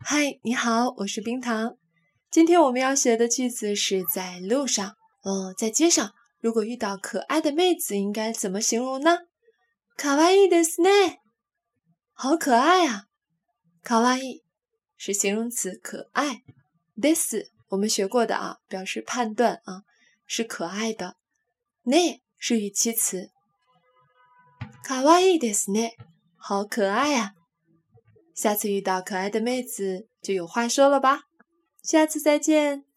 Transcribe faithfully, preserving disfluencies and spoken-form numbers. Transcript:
嗨，你好，我是冰糖。今天我们要学的句子是在路上，哦，在街上，如果遇到可爱的妹子，应该怎么形容呢？可愛いですね，好可愛啊！可愛い是形容詞可愛，です我们学过的啊，表示判断啊，是可爱的。ね是语气词。可愛いですね，好可愛啊！下次遇到可爱的妹子就有话说了吧，下次再见。